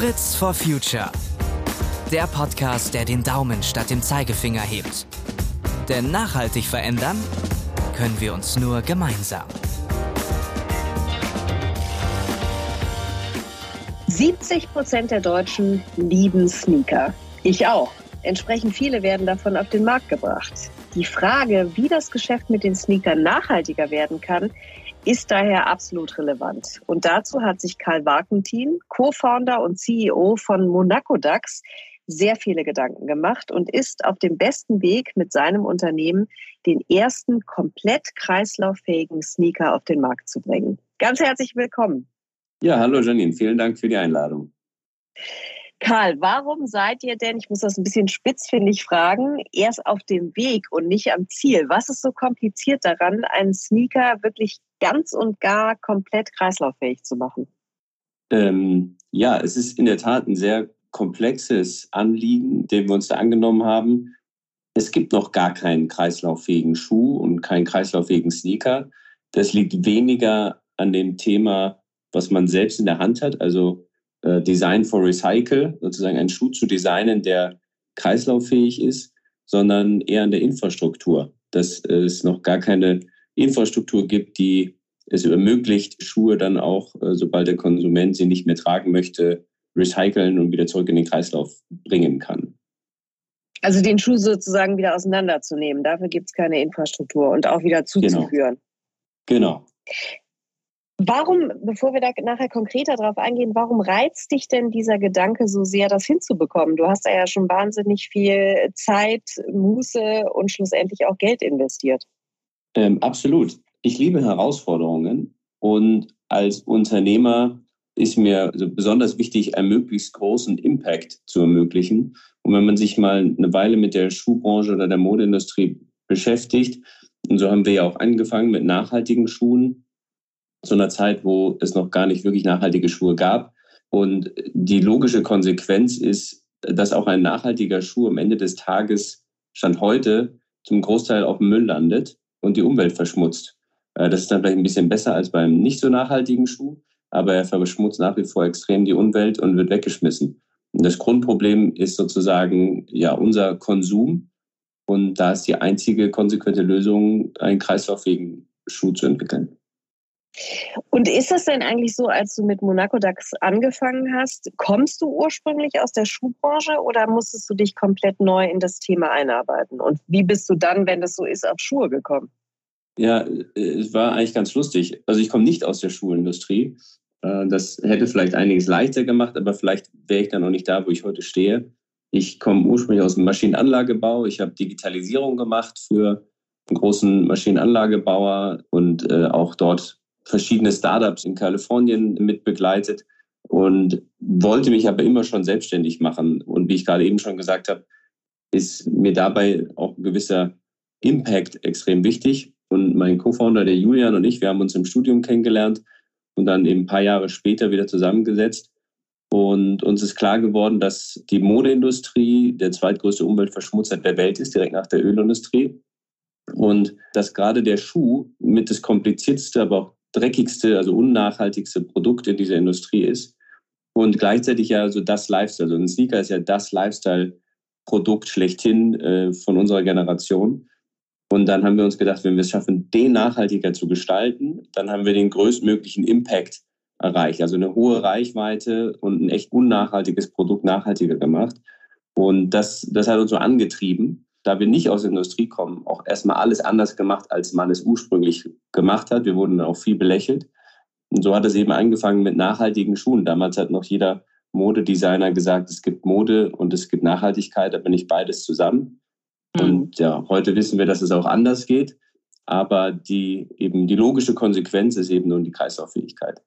Fritz for Future. Der Podcast, der den Daumen statt dem Zeigefinger hebt. Denn nachhaltig verändern können wir uns nur gemeinsam. 70% der Deutschen lieben Sneaker. Ich auch. Entsprechend viele werden davon auf den Markt gebracht. Die Frage, wie das Geschäft mit den Sneakern nachhaltiger werden kann, ist daher absolut relevant. Und dazu hat sich Karl Valentin, Co-Founder und CEO von Monaco DAX, sehr viele Gedanken gemacht und ist auf dem besten Weg mit seinem Unternehmen, den ersten komplett kreislauffähigen Sneaker auf den Markt zu bringen. Ganz herzlich willkommen. Ja, hallo Janine, vielen Dank für die Einladung. Karl, warum seid ihr denn, ich muss das ein bisschen spitzfindig fragen, erst auf dem Weg und nicht am Ziel? Was ist so kompliziert daran, einen Sneaker wirklich ganz und gar komplett kreislauffähig zu machen? Es ist in der Tat ein sehr komplexes Anliegen, dem wir uns da angenommen haben. Es gibt noch gar keinen kreislauffähigen Schuh und keinen kreislauffähigen Sneaker. Das liegt weniger an dem Thema, was man selbst in der Hand hat, also Design for Recycle, sozusagen einen Schuh zu designen, der kreislauffähig ist, sondern eher an der Infrastruktur, dass es noch gar keine Infrastruktur gibt, die es ermöglicht, Schuhe dann auch, sobald der Konsument sie nicht mehr tragen möchte, recyceln und wieder zurück in den Kreislauf bringen kann. Also den Schuh sozusagen wieder auseinanderzunehmen, dafür gibt es keine Infrastruktur und auch wieder zuzuführen. Genau. Warum, bevor wir da nachher konkreter drauf eingehen, warum reizt dich denn dieser Gedanke so sehr, das hinzubekommen? Du hast da ja schon wahnsinnig viel Zeit, Muße und schlussendlich auch Geld investiert. Absolut. Ich liebe Herausforderungen und als Unternehmer ist mir besonders wichtig, einen möglichst großen Impact zu ermöglichen. Und wenn man sich mal eine Weile mit der Schuhbranche oder der Modeindustrie beschäftigt, und so haben wir ja auch angefangen mit nachhaltigen Schuhen, zu einer Zeit, wo es noch gar nicht wirklich nachhaltige Schuhe gab. Und die logische Konsequenz ist, dass auch ein nachhaltiger Schuh am Ende des Tages, Stand heute, zum Großteil auf dem Müll landet und die Umwelt verschmutzt. Das ist dann vielleicht ein bisschen besser als beim nicht so nachhaltigen Schuh, aber er verschmutzt nach wie vor extrem die Umwelt und wird weggeschmissen. Und das Grundproblem ist sozusagen ja unser Konsum. Und da ist die einzige konsequente Lösung, einen kreislauffähigen Schuh zu entwickeln. Und ist das denn eigentlich so, als du mit Monaco DAX angefangen hast, kommst du ursprünglich aus der Schuhbranche oder musstest du dich komplett neu in das Thema einarbeiten? Und wie bist du dann, wenn das so ist, auf Schuhe gekommen? Ja, es war eigentlich ganz lustig. Also ich komme nicht aus der Schuhindustrie. Das hätte vielleicht einiges leichter gemacht, aber vielleicht wäre ich dann auch nicht da, wo ich heute stehe. Ich komme ursprünglich aus dem Maschinenanlagebau. Ich habe Digitalisierung gemacht für einen großen Maschinenanlagebauer und auch dort verschiedene Startups in Kalifornien mit begleitet und wollte mich aber immer schon selbstständig machen. Und wie ich gerade eben schon gesagt habe, ist mir dabei auch ein gewisser Impact extrem wichtig. Und mein Co-Founder, der Julian und ich, wir haben uns im Studium kennengelernt und dann eben ein paar Jahre später wieder zusammengesetzt. Und uns ist klar geworden, dass die Modeindustrie der zweitgrößte Umweltverschmutzer der Welt ist, direkt nach der Ölindustrie. Und dass gerade der Schuh mit das komplizierteste, aber auch dreckigste, also unnachhaltigste Produkt in dieser Industrie ist. Und gleichzeitig ja so das Lifestyle. Also ein Sneaker ist ja das Lifestyle-Produkt schlechthin von unserer Generation. Und dann haben wir uns gedacht, wenn wir es schaffen, den nachhaltiger zu gestalten, dann haben wir den größtmöglichen Impact erreicht. Also eine hohe Reichweite und ein echt unnachhaltiges Produkt nachhaltiger gemacht. Und das hat uns so angetrieben, da wir nicht aus der Industrie kommen, auch erstmal alles anders gemacht, als man es ursprünglich gemacht hat. Wir wurden dann auch viel belächelt. Und so hat es eben angefangen mit nachhaltigen Schuhen. Damals hat noch jeder Modedesigner gesagt, es gibt Mode und es gibt Nachhaltigkeit, aber nicht beides zusammen. Und ja, heute wissen wir, dass es auch anders geht. Aber die logische Konsequenz ist eben nun die Kreislauffähigkeit.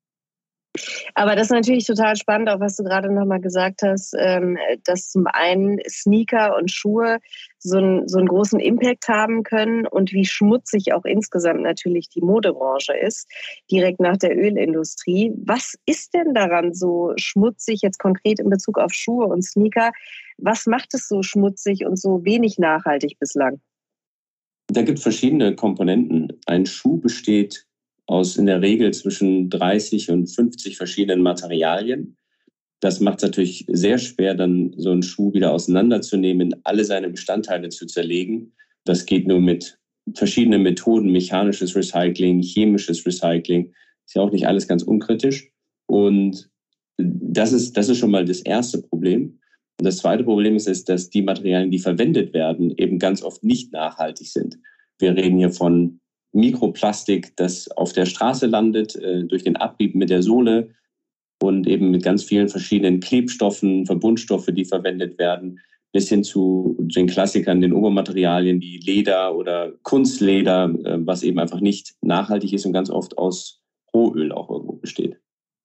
Aber das ist natürlich total spannend, auch was du gerade nochmal gesagt hast, dass zum einen Sneaker und Schuhe so einen großen Impact haben können und wie schmutzig auch insgesamt natürlich die Modebranche ist, direkt nach der Ölindustrie. Was ist denn daran so schmutzig, jetzt konkret in Bezug auf Schuhe und Sneaker? Was macht es so schmutzig und so wenig nachhaltig bislang? Da gibt es verschiedene Komponenten. Ein Schuh besteht aus in der Regel zwischen 30 und 50 verschiedenen Materialien. Das macht es natürlich sehr schwer, dann so einen Schuh wieder auseinanderzunehmen, alle seine Bestandteile zu zerlegen. Das geht nur mit verschiedenen Methoden, mechanisches Recycling, chemisches Recycling. Ist ja auch nicht alles ganz unkritisch. Und das ist schon mal das erste Problem. Und das zweite Problem ist, dass die Materialien, die verwendet werden, eben ganz oft nicht nachhaltig sind. Wir reden hier von Mikroplastik, das auf der Straße landet, durch den Abrieb mit der Sohle und eben mit ganz vielen verschiedenen Klebstoffen, Verbundstoffe, die verwendet werden, bis hin zu den Klassikern, den Obermaterialien wie Leder oder Kunstleder, was eben einfach nicht nachhaltig ist und ganz oft aus Rohöl auch irgendwo besteht.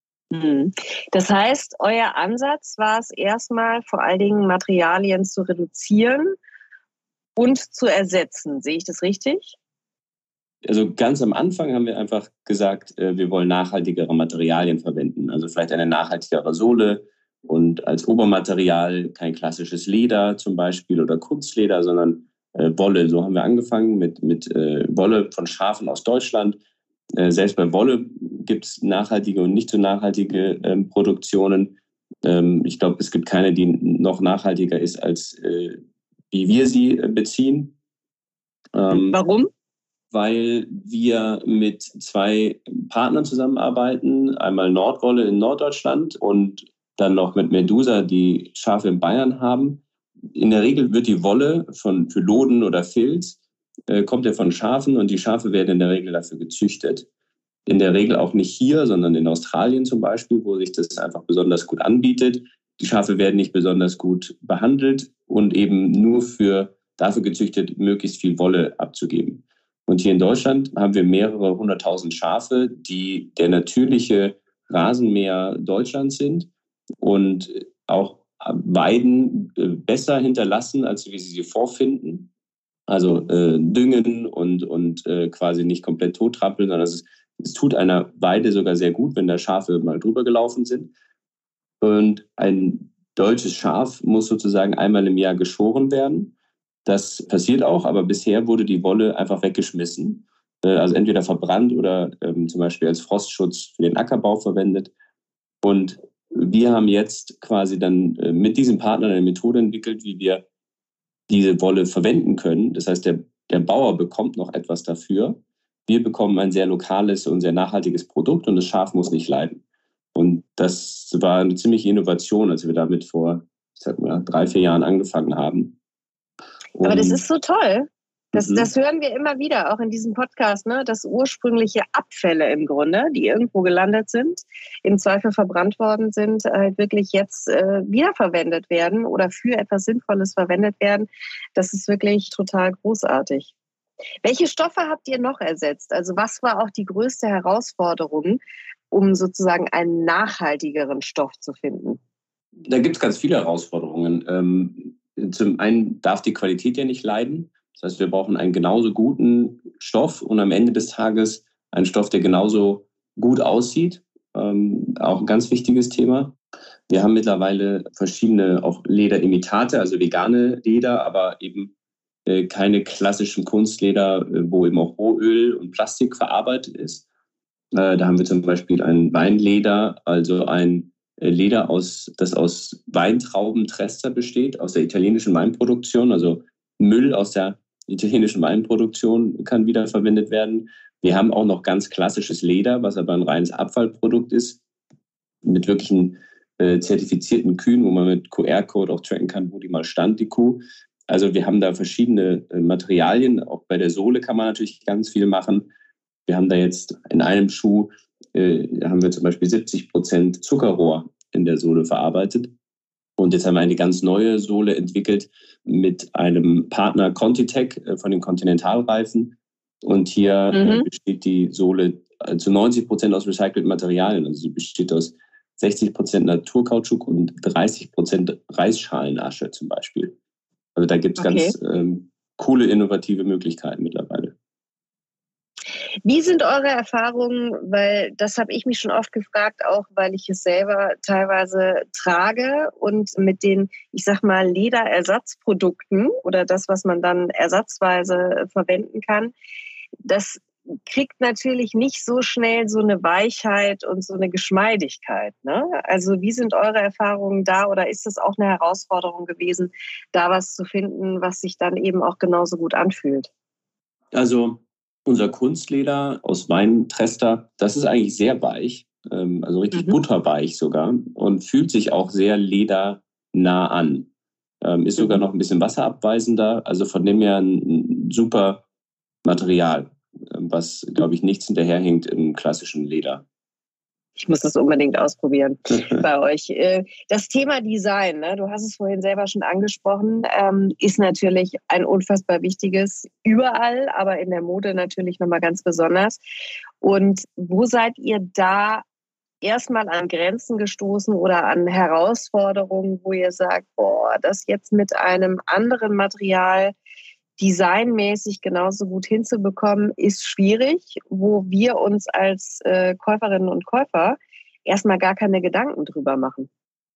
Das heißt, euer Ansatz war es erstmal, vor allen Dingen Materialien zu reduzieren und zu ersetzen. Sehe ich das richtig? Also ganz am Anfang haben wir einfach gesagt, wir wollen nachhaltigere Materialien verwenden. Also vielleicht eine nachhaltigere Sohle und als Obermaterial kein klassisches Leder zum Beispiel oder Kunstleder, sondern Wolle. So haben wir angefangen mit Wolle von Schafen aus Deutschland. Selbst bei Wolle gibt es nachhaltige und nicht so nachhaltige Produktionen. Ich glaube, es gibt keine, die noch nachhaltiger ist, als wie wir sie beziehen. Warum? Weil wir mit 2 Partnern zusammenarbeiten. Einmal Nordwolle in Norddeutschland und dann noch mit Medusa, die Schafe in Bayern haben. In der Regel wird die Wolle für Loden oder Filz, kommt ja von Schafen und die Schafe werden in der Regel dafür gezüchtet. In der Regel auch nicht hier, sondern in Australien zum Beispiel, wo sich das einfach besonders gut anbietet. Die Schafe werden nicht besonders gut behandelt und eben nur dafür gezüchtet, möglichst viel Wolle abzugeben. Und hier in Deutschland haben wir mehrere 100.000 Schafe, die der natürliche Rasenmäher Deutschlands sind und auch Weiden besser hinterlassen, als wie sie vorfinden. Also düngen und quasi nicht komplett tottrappeln, sondern es tut einer Weide sogar sehr gut, wenn da Schafe mal drüber gelaufen sind. Und ein deutsches Schaf muss sozusagen einmal im Jahr geschoren werden. Das passiert auch, aber bisher wurde die Wolle einfach weggeschmissen. Also entweder verbrannt oder zum Beispiel als Frostschutz für den Ackerbau verwendet. Und wir haben jetzt quasi dann mit diesem Partner eine Methode entwickelt, wie wir diese Wolle verwenden können. Das heißt, der Bauer bekommt noch etwas dafür. Wir bekommen ein sehr lokales und sehr nachhaltiges Produkt und das Schaf muss nicht leiden. Und das war eine ziemliche Innovation, als wir damit vor, 3-4 Jahren angefangen haben. Aber das ist so toll. Das hören wir immer wieder, auch in diesem Podcast, ne? Dass ursprüngliche Abfälle im Grunde, die irgendwo gelandet sind, im Zweifel verbrannt worden sind, halt wirklich jetzt wiederverwendet werden oder für etwas Sinnvolles verwendet werden. Das ist wirklich total großartig. Welche Stoffe habt ihr noch ersetzt? Also was war auch die größte Herausforderung, um sozusagen einen nachhaltigeren Stoff zu finden? Da gibt es ganz viele Herausforderungen. Zum einen darf die Qualität ja nicht leiden. Das heißt, wir brauchen einen genauso guten Stoff und am Ende des Tages einen Stoff, der genauso gut aussieht. Auch ein ganz wichtiges Thema. Wir haben mittlerweile verschiedene auch Lederimitate, also vegane Leder, aber eben keine klassischen Kunstleder, wo eben auch Rohöl und Plastik verarbeitet ist. Da haben wir zum Beispiel ein Weinleder, also ein Leder, das aus Weintraubentrester besteht, aus der italienischen Weinproduktion. Also Müll aus der italienischen Weinproduktion kann wiederverwendet werden. Wir haben auch noch ganz klassisches Leder, was aber ein reines Abfallprodukt ist, mit wirklichen zertifizierten Kühen, wo man mit QR-Code auch tracken kann, wo die mal stand, die Kuh. Also wir haben da verschiedene Materialien. Auch bei der Sohle kann man natürlich ganz viel machen. Wir haben da jetzt in einem Schuh, haben wir zum Beispiel 70% Zuckerrohr in der Sohle verarbeitet. Und jetzt haben wir eine ganz neue Sohle entwickelt mit einem Partner Contitech von den Continental-Reifen. Und hier besteht die Sohle zu 90% aus recycelten Materialien. Also sie besteht aus 60% Naturkautschuk und 30% Reisschalenasche zum Beispiel. Also da gibt es ganz coole, innovative Möglichkeiten mittlerweile. Wie sind eure Erfahrungen, weil das habe ich mich schon oft gefragt, auch weil ich es selber teilweise trage und mit den, ich sag mal, Lederersatzprodukten oder das, was man dann ersatzweise verwenden kann, dass kriegt natürlich nicht so schnell so eine Weichheit und so eine Geschmeidigkeit, ne? Also wie sind eure Erfahrungen da oder ist es auch eine Herausforderung gewesen, da was zu finden, was sich dann eben auch genauso gut anfühlt? Also unser Kunstleder aus Weintrester, das ist eigentlich sehr weich, also richtig butterweich sogar und fühlt sich auch sehr ledernah an. Ist sogar noch ein bisschen wasserabweisender, also von dem her ein super Material, was, glaube ich, nichts hinterherhinkt im klassischen Leder. Ich muss das unbedingt ausprobieren bei euch. Das Thema Design, ne, du hast es vorhin selber schon angesprochen, ist natürlich ein unfassbar wichtiges überall, aber in der Mode natürlich nochmal ganz besonders. Und wo seid ihr da erstmal an Grenzen gestoßen oder an Herausforderungen, wo ihr sagt, boah, das jetzt mit einem anderen Material designmäßig genauso gut hinzubekommen, ist schwierig, wo wir uns als Käuferinnen und Käufer erstmal gar keine Gedanken drüber machen?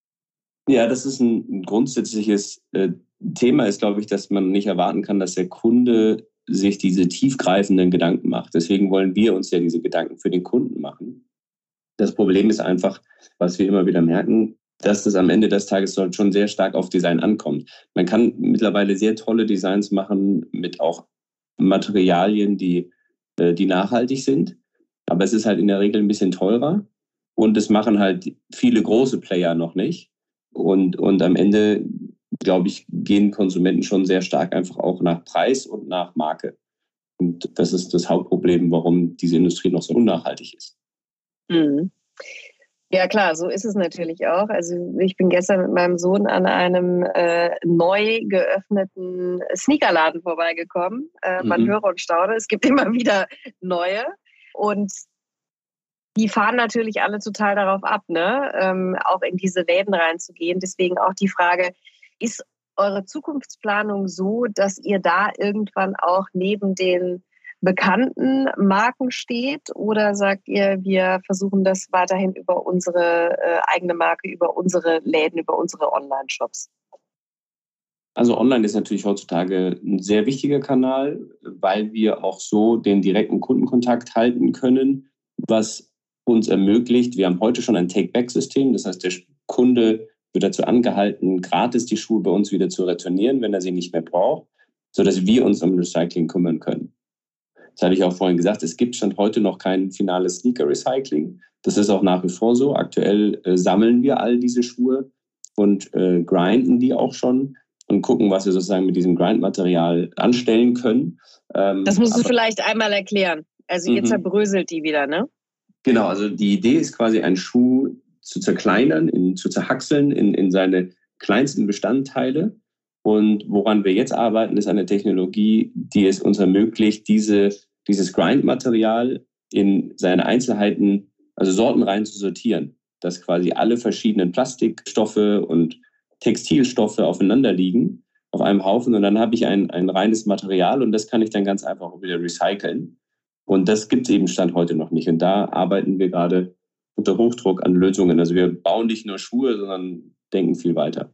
Ja, das ist ein grundsätzliches Thema, ist, glaube ich, dass man nicht erwarten kann, dass der Kunde sich diese tiefgreifenden Gedanken macht. Deswegen wollen wir uns ja diese Gedanken für den Kunden machen. Das Problem ist einfach, was wir immer wieder merken, dass das am Ende des Tages schon sehr stark auf Design ankommt. Man kann mittlerweile sehr tolle Designs machen mit auch Materialien, die nachhaltig sind. Aber es ist halt in der Regel ein bisschen teurer. Und es machen halt viele große Player noch nicht. Und am Ende, glaube ich, gehen Konsumenten schon sehr stark einfach auch nach Preis und nach Marke. Und das ist das Hauptproblem, warum diese Industrie noch so unnachhaltig ist. Mhm. Ja klar, so ist es natürlich auch. Also ich bin gestern mit meinem Sohn an einem neu geöffneten Sneakerladen vorbeigekommen. Man höre und staune, es gibt immer wieder neue. Und die fahren natürlich alle total darauf ab, ne? Auch in diese Läden reinzugehen. Deswegen auch die Frage, ist eure Zukunftsplanung so, dass ihr da irgendwann auch neben den bekannten Marken steht? Oder sagt ihr, wir versuchen das weiterhin über unsere eigene Marke, über unsere Läden, über unsere Online-Shops? Also online ist natürlich heutzutage ein sehr wichtiger Kanal, weil wir auch so den direkten Kundenkontakt halten können, was uns ermöglicht, wir haben heute schon ein Take-Back-System, das heißt, der Kunde wird dazu angehalten, gratis die Schuhe bei uns wieder zu retournieren, wenn er sie nicht mehr braucht, sodass wir uns um Recycling kümmern können. Das hatte ich auch vorhin gesagt, es gibt Stand heute noch kein finales Sneaker-Recycling. Das ist auch nach wie vor so. Aktuell sammeln wir all diese Schuhe und grinden die auch schon und gucken, was wir sozusagen mit diesem Grindmaterial anstellen können. Das musst du vielleicht einmal erklären. Also ihr zerbröselt die wieder, ne? Genau, also die Idee ist quasi, einen Schuh zu zerkleinern, zu zerhackseln in seine kleinsten Bestandteile. Und woran wir jetzt arbeiten, ist eine Technologie, die es uns ermöglicht, dieses Grindmaterial in seine Einzelheiten, also sortenrein zu sortieren, dass quasi alle verschiedenen Plastikstoffe und Textilstoffe aufeinander liegen auf einem Haufen. Und dann habe ich ein reines Material und das kann ich dann ganz einfach auch wieder recyceln. Und das gibt es eben Stand heute noch nicht. Und da arbeiten wir gerade unter Hochdruck an Lösungen. Also wir bauen nicht nur Schuhe, sondern denken viel weiter.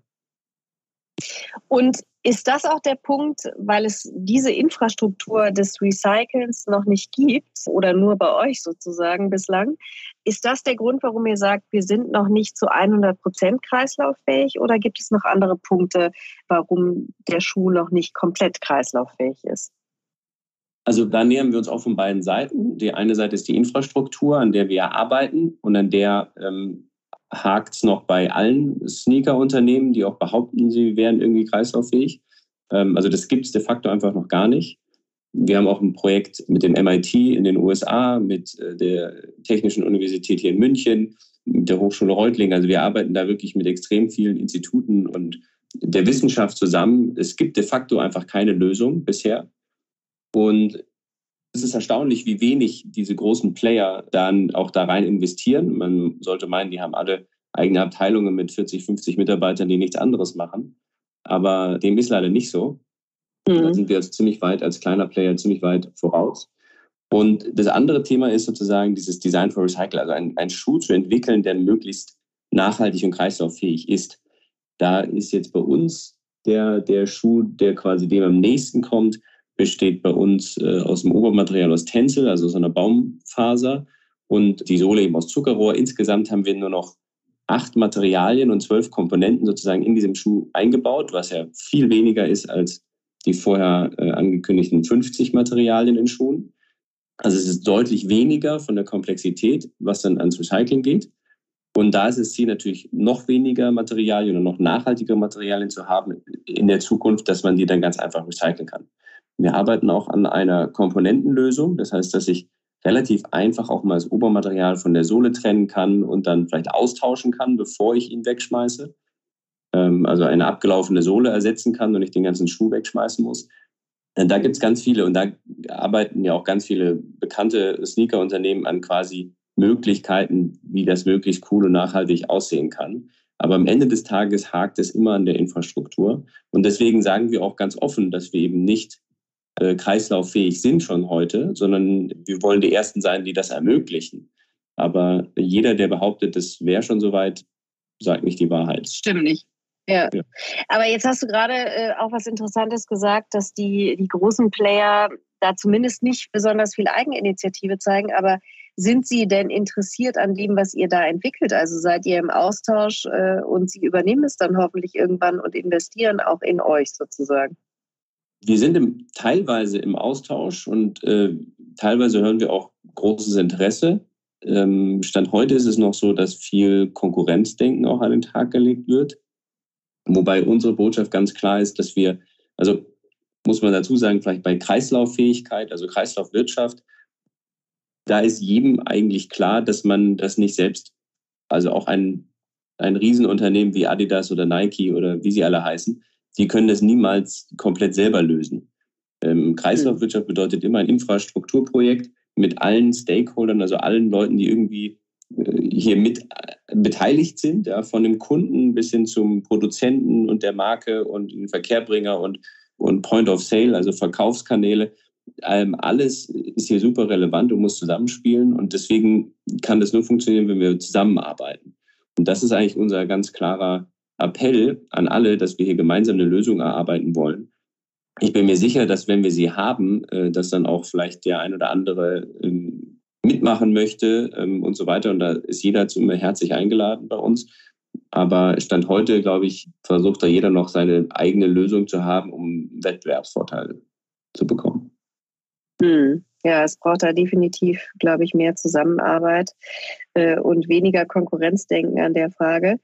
Und ist das auch der Punkt, weil es diese Infrastruktur des Recyclens noch nicht gibt oder nur bei euch sozusagen bislang, ist das der Grund, warum ihr sagt, wir sind noch nicht zu 100% kreislauffähig, oder gibt es noch andere Punkte, warum der Schuh noch nicht komplett kreislauffähig ist? Also da nähern wir uns auch von beiden Seiten. Die eine Seite ist die Infrastruktur, an der wir arbeiten, und an der hakt es noch bei allen Sneaker-Unternehmen, die auch behaupten, sie wären irgendwie kreislauffähig. Also das gibt es de facto einfach noch gar nicht. Wir haben auch ein Projekt mit dem MIT in den USA, mit der Technischen Universität hier in München, mit der Hochschule Reutlingen. Also wir arbeiten da wirklich mit extrem vielen Instituten und der Wissenschaft zusammen. Es gibt de facto einfach keine Lösung bisher. Und es ist erstaunlich, wie wenig diese großen Player dann auch da rein investieren. Man sollte meinen, die haben alle eigene Abteilungen mit 40, 50 Mitarbeitern, die nichts anderes machen. Aber dem ist leider nicht so. Da sind wir also ziemlich weit als kleiner Player ziemlich weit voraus. Und das andere Thema ist sozusagen dieses Design for Recycle, also ein Schuh zu entwickeln, der möglichst nachhaltig und kreislauffähig ist. Da ist jetzt bei uns der Schuh, der quasi dem am nächsten kommt, besteht bei uns aus dem Obermaterial aus Tencel, also so einer Baumfaser, und die Sohle eben aus Zuckerrohr. Insgesamt haben wir nur noch 8 Materialien und 12 Komponenten sozusagen in diesem Schuh eingebaut, was ja viel weniger ist als die vorher angekündigten 50 Materialien in Schuhen. Also es ist deutlich weniger von der Komplexität, was dann ans Recycling geht. Und da ist das Ziel natürlich, noch weniger Materialien und noch nachhaltigere Materialien zu haben in der Zukunft, dass man die dann ganz einfach recyceln kann. Wir arbeiten auch an einer Komponentenlösung. Das heißt, dass ich relativ einfach auch mal das Obermaterial von der Sohle trennen kann und dann vielleicht austauschen kann, bevor ich ihn wegschmeiße. Also eine abgelaufene Sohle ersetzen kann und nicht den ganzen Schuh wegschmeißen muss. Da gibt es ganz viele und da arbeiten ja auch ganz viele bekannte Sneaker-Unternehmen an quasi Möglichkeiten, wie das möglichst cool und nachhaltig aussehen kann. Aber am Ende des Tages hakt es immer an der Infrastruktur. Und deswegen sagen wir auch ganz offen, dass wir eben nicht kreislauffähig sind schon heute, sondern wir wollen die Ersten sein, die das ermöglichen. Aber jeder, der behauptet, das wäre schon soweit, sagt nicht die Wahrheit. Stimmt nicht. Ja. Aber jetzt hast du gerade auch was Interessantes gesagt, dass die großen Player da zumindest nicht besonders viel Eigeninitiative zeigen. Aber sind sie denn interessiert an dem, was ihr da entwickelt? Also seid ihr im Austausch und sie übernehmen es dann hoffentlich irgendwann und investieren auch in euch sozusagen? Wir sind teilweise im Austausch und teilweise hören wir auch großes Interesse. Stand heute ist es noch so, dass viel Konkurrenzdenken auch an den Tag gelegt wird. Wobei unsere Botschaft ganz klar ist, dass wir, also muss man dazu sagen, vielleicht bei Kreislauffähigkeit, also Kreislaufwirtschaft, da ist jedem eigentlich klar, dass man das nicht selbst, also auch ein Riesenunternehmen wie Adidas oder Nike oder wie sie alle heißen, die können das niemals komplett selber lösen. Kreislaufwirtschaft bedeutet immer ein Infrastrukturprojekt mit allen Stakeholdern, also allen Leuten, die irgendwie hier mit beteiligt sind, ja, von dem Kunden bis hin zum Produzenten und der Marke und den Verkehrbringer und Point of Sale, also Verkaufskanäle. Alles ist hier super relevant und muss zusammenspielen und deswegen kann das nur funktionieren, wenn wir zusammenarbeiten. Und das ist eigentlich unser ganz klarer Appell an alle, dass wir hier gemeinsam eine Lösung erarbeiten wollen. Ich bin mir sicher, dass wenn wir sie haben, dass dann auch vielleicht der ein oder andere mitmachen möchte und so weiter. Und da ist jeder immer herzlich eingeladen bei uns. Aber Stand heute, glaube ich, versucht da jeder noch seine eigene Lösung zu haben, um Wettbewerbsvorteile zu bekommen. Ja, es braucht da definitiv, glaube ich, mehr Zusammenarbeit und weniger Konkurrenzdenken an der Frage.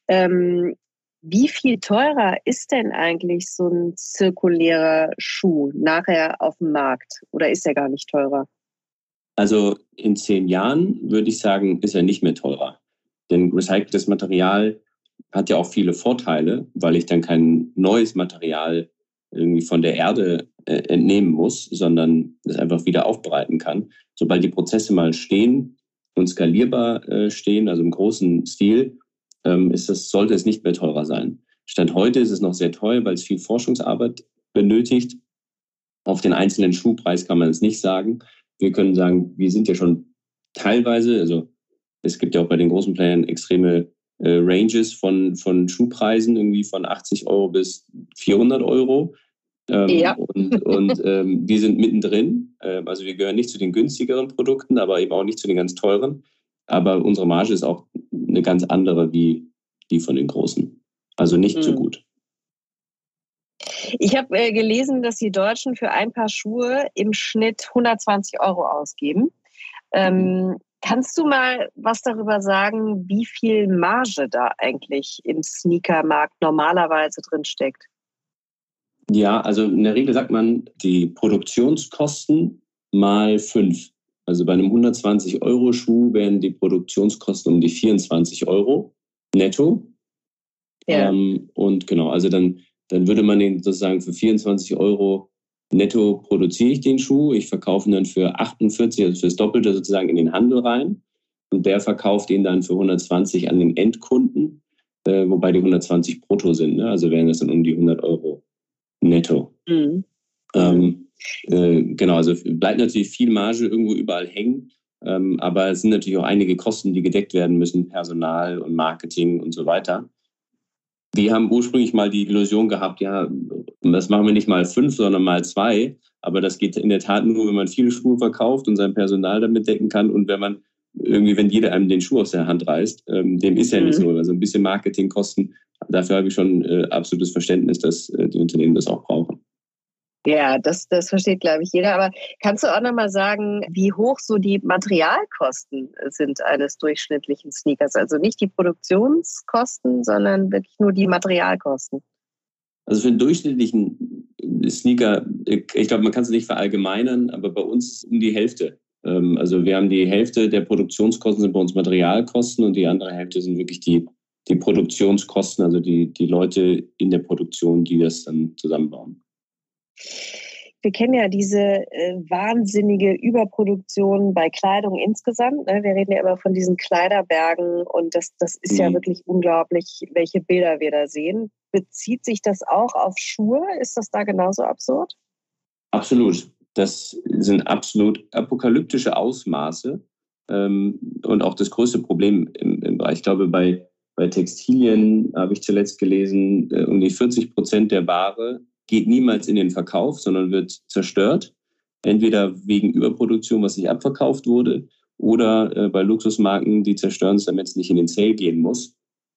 Wie viel teurer ist denn eigentlich so ein zirkulärer Schuh nachher auf dem Markt? Oder ist er gar nicht teurer? Also in 10 Jahren würde ich sagen, ist er nicht mehr teurer. Denn recyceltes Material hat ja auch viele Vorteile, weil ich dann kein neues Material irgendwie von der Erde entnehmen muss, sondern es einfach wieder aufbereiten kann. Sobald die Prozesse mal stehen und skalierbar stehen, also im großen Stil, sollte es nicht mehr teurer sein. Stand heute ist es noch sehr teuer, weil es viel Forschungsarbeit benötigt. Auf den einzelnen Schuhpreis kann man es nicht sagen. Wir können sagen, wir sind ja schon teilweise, also es gibt ja auch bei den großen Playern extreme Ranges von Schuhpreisen, irgendwie von 80 € bis 400 €. Ja. Und wir sind mittendrin. Also wir gehören nicht zu den günstigeren Produkten, aber eben auch nicht zu den ganz teuren. Aber unsere Marge ist auch eine ganz andere wie die von den Großen. Also nicht so gut. Ich habe gelesen, dass die Deutschen für ein Paar Schuhe im Schnitt 120 € ausgeben. Kannst du mal was darüber sagen, wie viel Marge da eigentlich im Sneakermarkt normalerweise drin steckt? Ja, also in der Regel sagt man die Produktionskosten mal 5. Also bei einem 120 € Schuh wären die Produktionskosten um die 24 € netto. Ja. Und genau, also dann würde man den sozusagen für 24 € netto produziere ich den Schuh. Ich verkaufe ihn dann für 48, also für das Doppelte sozusagen in den Handel rein. Und der verkauft ihn dann für 120 an den Endkunden, wobei die 120 brutto sind. Ne? Also wären das dann um die 100 € netto. Genau, also bleibt natürlich viel Marge irgendwo überall hängen. Aber es sind natürlich auch einige Kosten, die gedeckt werden müssen, Personal und Marketing und so weiter. Wir haben ursprünglich mal die Illusion gehabt, ja, das machen wir nicht mal 5, sondern mal 2. Aber das geht in der Tat nur, wenn man viele Schuhe verkauft und sein Personal damit decken kann und wenn jeder einem den Schuh aus der Hand reißt. Dem ist ja nicht so. Also ein bisschen Marketingkosten, dafür habe ich schon absolutes Verständnis, dass die Unternehmen das auch brauchen. Ja, das versteht, glaube ich, jeder. Aber kannst du auch noch mal sagen, wie hoch so die Materialkosten sind eines durchschnittlichen Sneakers? Also nicht die Produktionskosten, sondern wirklich nur die Materialkosten. Also für einen durchschnittlichen Sneaker, ich glaube, man kann es nicht verallgemeinern, aber bei uns ist es um die Hälfte. Also wir haben die Hälfte der Produktionskosten sind bei uns Materialkosten und die andere Hälfte sind wirklich die Produktionskosten, also die Leute in der Produktion, die das dann zusammenbauen. Wir kennen ja diese wahnsinnige Überproduktion bei Kleidung insgesamt. Ne? Wir reden ja immer von diesen Kleiderbergen und das ist ja wirklich unglaublich, welche Bilder wir da sehen. Bezieht sich das auch auf Schuhe? Ist das da genauso absurd? Absolut. Das sind absolut apokalyptische Ausmaße und auch das größte Problem im Bereich. Ich glaube, bei Textilien habe ich zuletzt gelesen, um die 40% der Ware geht niemals in den Verkauf, sondern wird zerstört. Entweder wegen Überproduktion, was nicht abverkauft wurde, oder bei Luxusmarken, die zerstören es, damit es nicht in den Sale gehen muss.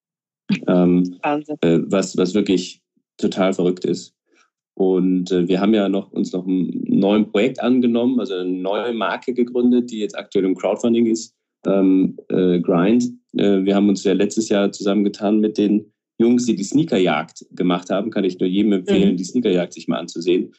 Was wirklich total verrückt ist. Und wir haben ja uns noch ein neues Projekt angenommen, also eine neue Marke gegründet, die jetzt aktuell im Crowdfunding ist, Grind. Wir haben uns ja letztes Jahr zusammengetan mit den Jungs, die Sneakerjagd gemacht haben, kann ich nur jedem empfehlen, die Sneakerjagd sich mal anzusehen.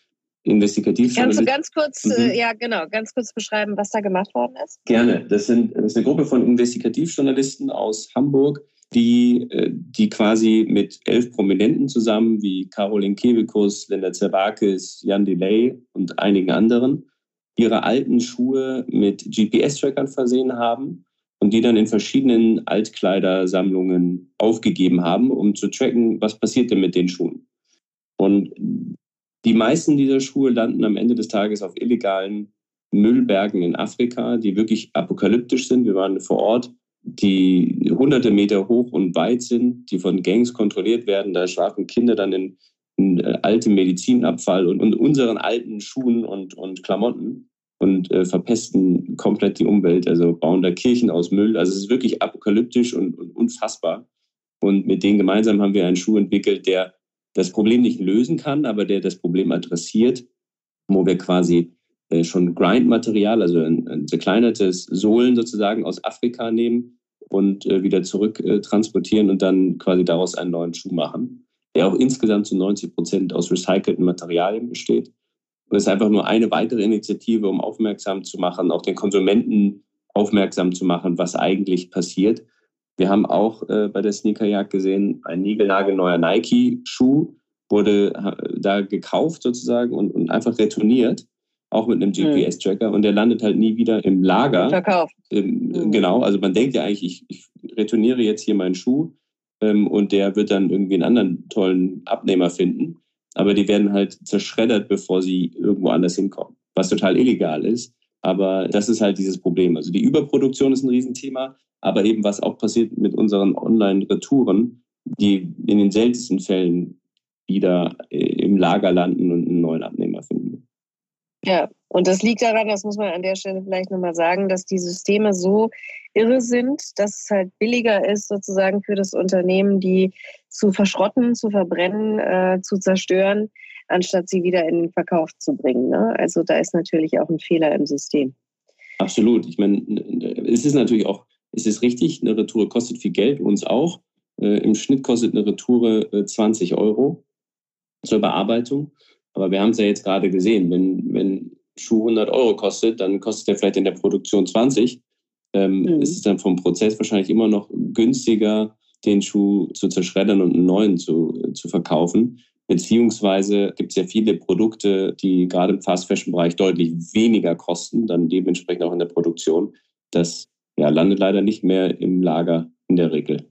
Kannst du ganz kurz, ganz kurz beschreiben, was da gemacht worden ist? Gerne. Das ist eine Gruppe von Investigativjournalisten aus Hamburg, die quasi mit 11 Prominenten zusammen, wie Caroline Kebekus, Linda Zervakis, Jan Delay und einigen anderen, ihre alten Schuhe mit GPS-Trackern versehen haben und die dann in verschiedenen Altkleidersammlungen aufgegeben haben, um zu tracken, was passiert denn mit den Schuhen. Und die meisten dieser Schuhe landen am Ende des Tages auf illegalen Müllbergen in Afrika, die wirklich apokalyptisch sind. Wir waren vor Ort, die hunderte Meter hoch und weit sind, die von Gangs kontrolliert werden. Da schlafen Kinder dann in altem Medizinabfall und unseren alten Schuhen und Klamotten und verpesten komplett die Umwelt, also bauen da Kirchen aus Müll. Also es ist wirklich apokalyptisch und unfassbar. Und mit denen gemeinsam haben wir einen Schuh entwickelt, der das Problem nicht lösen kann, aber der das Problem adressiert, wo wir quasi schon Grind-Material, also ein zerkleinertes Sohlen sozusagen aus Afrika nehmen und wieder zurück transportieren und dann quasi daraus einen neuen Schuh machen, der auch insgesamt zu 90% aus recycelten Materialien besteht. Und es ist einfach nur eine weitere Initiative, um aufmerksam zu machen, auch den Konsumenten aufmerksam zu machen, was eigentlich passiert. Wir haben auch bei der Sneakerjagd gesehen, ein niegelnagelneuer Nike-Schuh wurde da gekauft sozusagen und einfach retourniert, auch mit einem GPS-Tracker. Und der landet halt nie wieder im Lager. Verkauft. Genau, also man denkt ja eigentlich, ich retourniere jetzt hier meinen Schuh und der wird dann irgendwie einen anderen tollen Abnehmer finden. Aber die werden halt zerschreddert, bevor sie irgendwo anders hinkommen, was total illegal ist. Aber das ist halt dieses Problem. Also die Überproduktion ist ein Riesenthema, aber eben was auch passiert mit unseren Online-Retouren, die in den seltensten Fällen wieder im Lager landen und einen neuen Abnehmer finden. Ja, und das liegt daran, das muss man an der Stelle vielleicht nochmal sagen, dass die Systeme so irre sind, dass es halt billiger ist, sozusagen für das Unternehmen, die zu verschrotten, zu verbrennen, zu zerstören, anstatt sie wieder in den Verkauf zu bringen. Ne? Also da ist natürlich auch ein Fehler im System. Absolut. Ich meine, es ist richtig, eine Retour kostet viel Geld, uns auch. Im Schnitt kostet eine Retour 20 € zur Bearbeitung. Aber wir haben es ja jetzt gerade gesehen, wenn Schuh 100 € kostet, dann kostet der vielleicht in der Produktion 20. Es ist dann vom Prozess wahrscheinlich immer noch günstiger, den Schuh zu zerschreddern und einen neuen zu verkaufen. Beziehungsweise gibt es ja viele Produkte, die gerade im Fast-Fashion-Bereich deutlich weniger kosten, dann dementsprechend auch in der Produktion. Das landet leider nicht mehr im Lager in der Regel.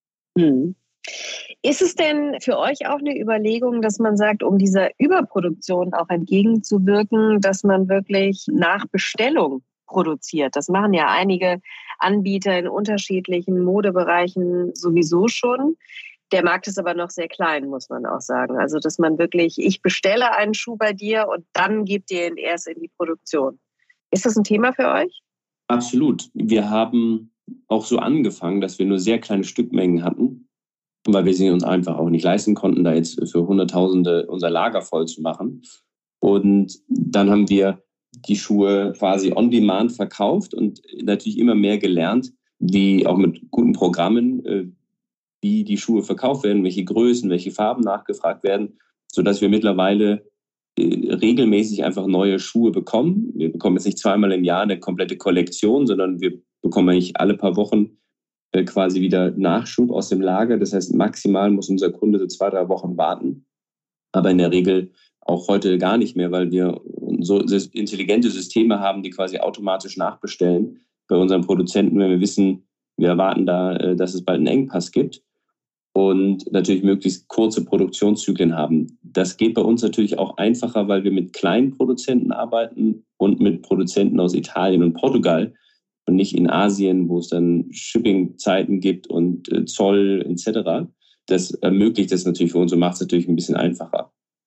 Ist es denn für euch auch eine Überlegung, dass man sagt, um dieser Überproduktion auch entgegenzuwirken, dass man wirklich nach Bestellung produziert? Das machen ja einige Anbieter in unterschiedlichen Modebereichen sowieso schon, Der Markt ist aber noch sehr klein, muss man auch sagen. Also, dass man wirklich, ich bestelle einen Schuh bei dir und dann gebt ihr ihn erst in die Produktion. Ist das ein Thema für euch? Absolut. Wir haben auch so angefangen, dass wir nur sehr kleine Stückmengen hatten, weil wir sie uns einfach auch nicht leisten konnten, da jetzt für Hunderttausende unser Lager voll zu machen. Und dann haben wir die Schuhe quasi on demand verkauft und natürlich immer mehr gelernt, wie auch mit guten Programmen, wie die Schuhe verkauft werden, welche Größen, welche Farben nachgefragt werden, sodass wir mittlerweile regelmäßig einfach neue Schuhe bekommen. Wir bekommen jetzt nicht zweimal im Jahr eine komplette Kollektion, sondern wir bekommen eigentlich alle paar Wochen quasi wieder Nachschub aus dem Lager. Das heißt, maximal muss unser Kunde so 2-3 Wochen warten. Aber in der Regel auch heute gar nicht mehr, weil wir so intelligente Systeme haben, die quasi automatisch nachbestellen bei unseren Produzenten, wenn wir wissen, wir erwarten da, dass es bald einen Engpass gibt. Und natürlich möglichst kurze Produktionszyklen haben. Das geht bei uns natürlich auch einfacher, weil wir mit kleinen Produzenten arbeiten und mit Produzenten aus Italien und Portugal und nicht in Asien, wo es dann Shippingzeiten gibt und Zoll etc. Das ermöglicht das natürlich für uns und macht es natürlich ein bisschen einfacher.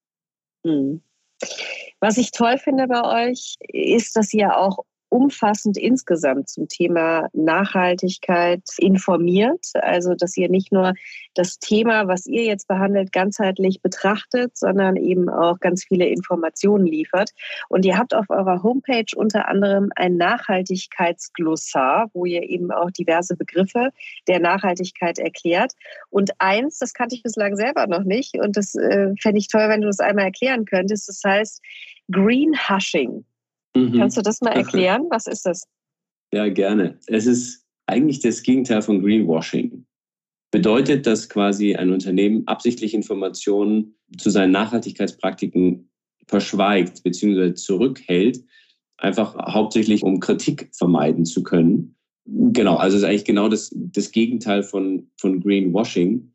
Was ich toll finde bei euch, ist, dass ihr auch umfassend insgesamt zum Thema Nachhaltigkeit informiert. Also, dass ihr nicht nur das Thema, was ihr jetzt behandelt, ganzheitlich betrachtet, sondern eben auch ganz viele Informationen liefert. Und ihr habt auf eurer Homepage unter anderem ein Nachhaltigkeitsglossar, wo ihr eben auch diverse Begriffe der Nachhaltigkeit erklärt. Und eins, das kannte ich bislang selber noch nicht, und das fände ich toll, wenn du das einmal erklären könntest. Das heißt Greenhushing. Kannst du das mal erklären? Was ist das? Ja, gerne. Es ist eigentlich das Gegenteil von Greenwashing. Bedeutet, dass quasi ein Unternehmen absichtlich Informationen zu seinen Nachhaltigkeitspraktiken verschweigt bzw. zurückhält, einfach hauptsächlich um Kritik vermeiden zu können. Genau, also es ist eigentlich genau das Gegenteil von Greenwashing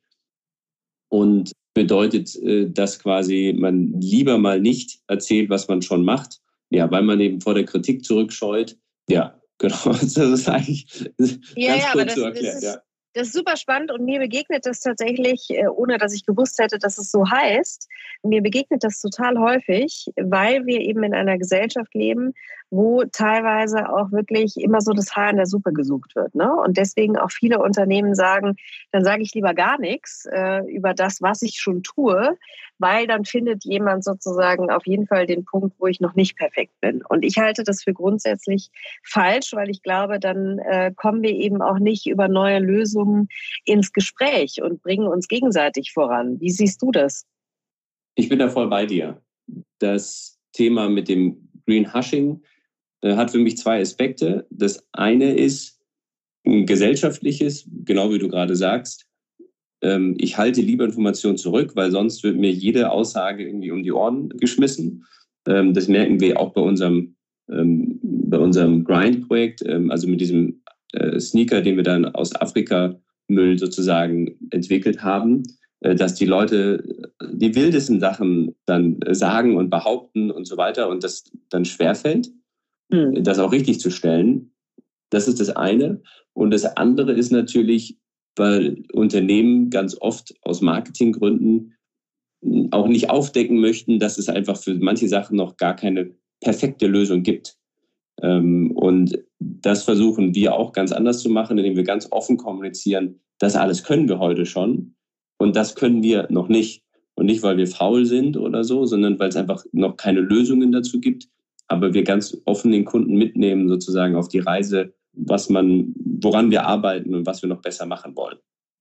und bedeutet, dass quasi man lieber mal nicht erzählt, was man schon macht, ja, weil man eben vor der Kritik zurückscheut. Ja, genau. Das ist eigentlich ganz kurz zu erklären. Das ist super spannend und mir begegnet das tatsächlich, ohne dass ich gewusst hätte, dass es so heißt. Mir begegnet das total häufig, weil wir eben in einer Gesellschaft leben, wo teilweise auch wirklich immer so das Haar in der Suppe gesucht wird, ne? Und deswegen auch viele Unternehmen sagen, dann sage ich lieber gar nichts über das, was ich schon tue, weil dann findet jemand sozusagen auf jeden Fall den Punkt, wo ich noch nicht perfekt bin. Und ich halte das für grundsätzlich falsch, weil ich glaube, dann kommen wir eben auch nicht über neue Lösungen ins Gespräch und bringen uns gegenseitig voran. Wie siehst du das? Ich bin da voll bei dir. Das Thema mit dem Greenhushing hat für mich 2 Aspekte. Das eine ist ein gesellschaftliches, genau wie du gerade sagst. Ich halte lieber Informationen zurück, weil sonst wird mir jede Aussage irgendwie um die Ohren geschmissen. Das merken wir auch bei unserem Grind-Projekt, also mit diesem Sneaker, den wir dann aus Afrika-Müll sozusagen entwickelt haben, dass die Leute die wildesten Sachen dann sagen und behaupten und so weiter und das dann schwerfällt, das auch richtig zu stellen. Das ist das eine. Und das andere ist natürlich, weil Unternehmen ganz oft aus Marketinggründen auch nicht aufdecken möchten, dass es einfach für manche Sachen noch gar keine perfekte Lösung gibt. Und das versuchen wir auch ganz anders zu machen, indem wir ganz offen kommunizieren, das alles können wir heute schon und das können wir noch nicht. Und nicht, weil wir faul sind oder so, sondern weil es einfach noch keine Lösungen dazu gibt. Aber wir ganz offen den Kunden mitnehmen sozusagen auf die Reise, woran wir arbeiten und was wir noch besser machen wollen.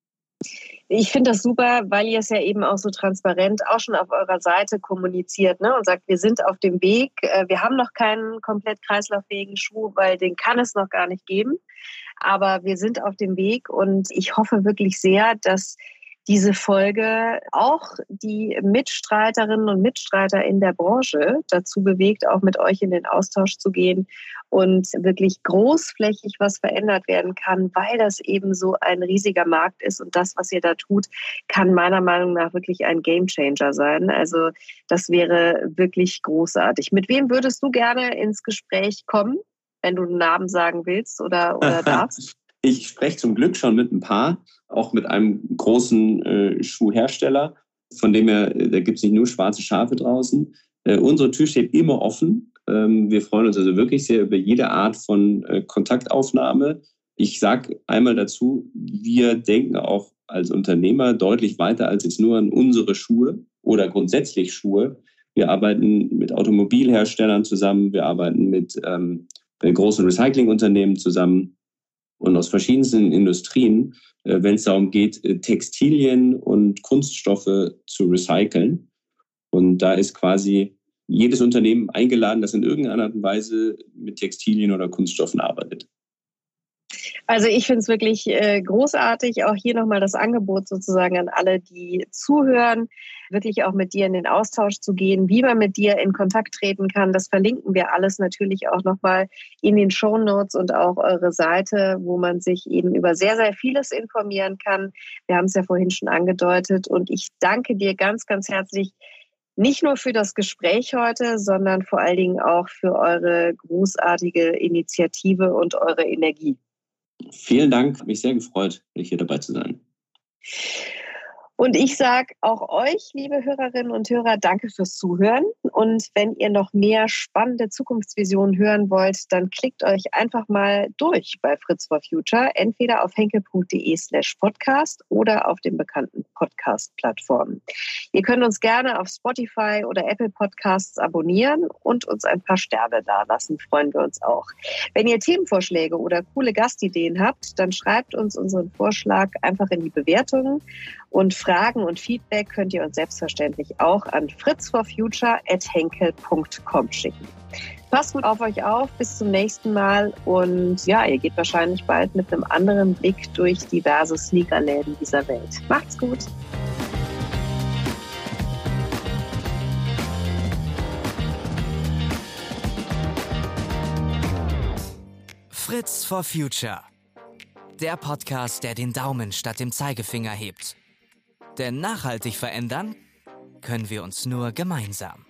Ich finde das super, weil ihr es ja eben auch so transparent auch schon auf eurer Seite kommuniziert, ne? Und sagt, wir sind auf dem Weg. Wir haben noch keinen komplett kreislauffähigen Schuh, weil den kann es noch gar nicht geben. Aber wir sind auf dem Weg und ich hoffe wirklich sehr, dass diese Folge auch die Mitstreiterinnen und Mitstreiter in der Branche dazu bewegt, auch mit euch in den Austausch zu gehen und wirklich großflächig was verändert werden kann, weil das eben so ein riesiger Markt ist und das, was ihr da tut, kann meiner Meinung nach wirklich ein Gamechanger sein. Also das wäre wirklich großartig. Mit wem würdest du gerne ins Gespräch kommen, wenn du einen Namen sagen willst oder darfst? Ich spreche zum Glück schon mit ein paar, auch mit einem großen Schuhhersteller, von dem da gibt es nicht nur schwarze Schafe draußen. Unsere Tür steht immer offen. Wir freuen uns also wirklich sehr über jede Art von Kontaktaufnahme. Ich sage einmal dazu, wir denken auch als Unternehmer deutlich weiter als jetzt nur an unsere Schuhe oder grundsätzlich Schuhe. Wir arbeiten mit Automobilherstellern zusammen, wir arbeiten mit großen Recyclingunternehmen zusammen und aus verschiedensten Industrien, wenn es darum geht, Textilien und Kunststoffe zu recyceln. Und da ist quasi jedes Unternehmen eingeladen, das in irgendeiner Art und Weise mit Textilien oder Kunststoffen arbeitet. Also ich finde es wirklich großartig, auch hier nochmal das Angebot sozusagen an alle, die zuhören, wirklich auch mit dir in den Austausch zu gehen, wie man mit dir in Kontakt treten kann. Das verlinken wir alles natürlich auch nochmal in den Shownotes und auch eure Seite, wo man sich eben über sehr, sehr vieles informieren kann. Wir haben es ja vorhin schon angedeutet und ich danke dir ganz, ganz herzlich, nicht nur für das Gespräch heute, sondern vor allen Dingen auch für eure großartige Initiative und eure Energie. Vielen Dank, hat mich sehr gefreut, hier dabei zu sein. Und ich sage auch euch, liebe Hörerinnen und Hörer, danke fürs Zuhören. Und wenn ihr noch mehr spannende Zukunftsvisionen hören wollt, dann klickt euch einfach mal durch bei Fritz for Future, entweder auf henkel.de/podcast oder auf den bekannten Podcast-Plattformen. Ihr könnt uns gerne auf Spotify oder Apple Podcasts abonnieren und uns ein paar Sterne dalassen, freuen wir uns auch. Wenn ihr Themenvorschläge oder coole Gastideen habt, dann schreibt uns unseren Vorschlag einfach in die Bewertungen. Und Fragen und Feedback könnt ihr uns selbstverständlich auch an fritzforfuture@henkel.com schicken. Passt gut auf euch auf, bis zum nächsten Mal und ja, ihr geht wahrscheinlich bald mit einem anderen Blick durch diverse Sneakerläden dieser Welt. Macht's gut! Fritz for Future. Der Podcast, der den Daumen statt dem Zeigefinger hebt. Denn nachhaltig verändern können wir uns nur gemeinsam.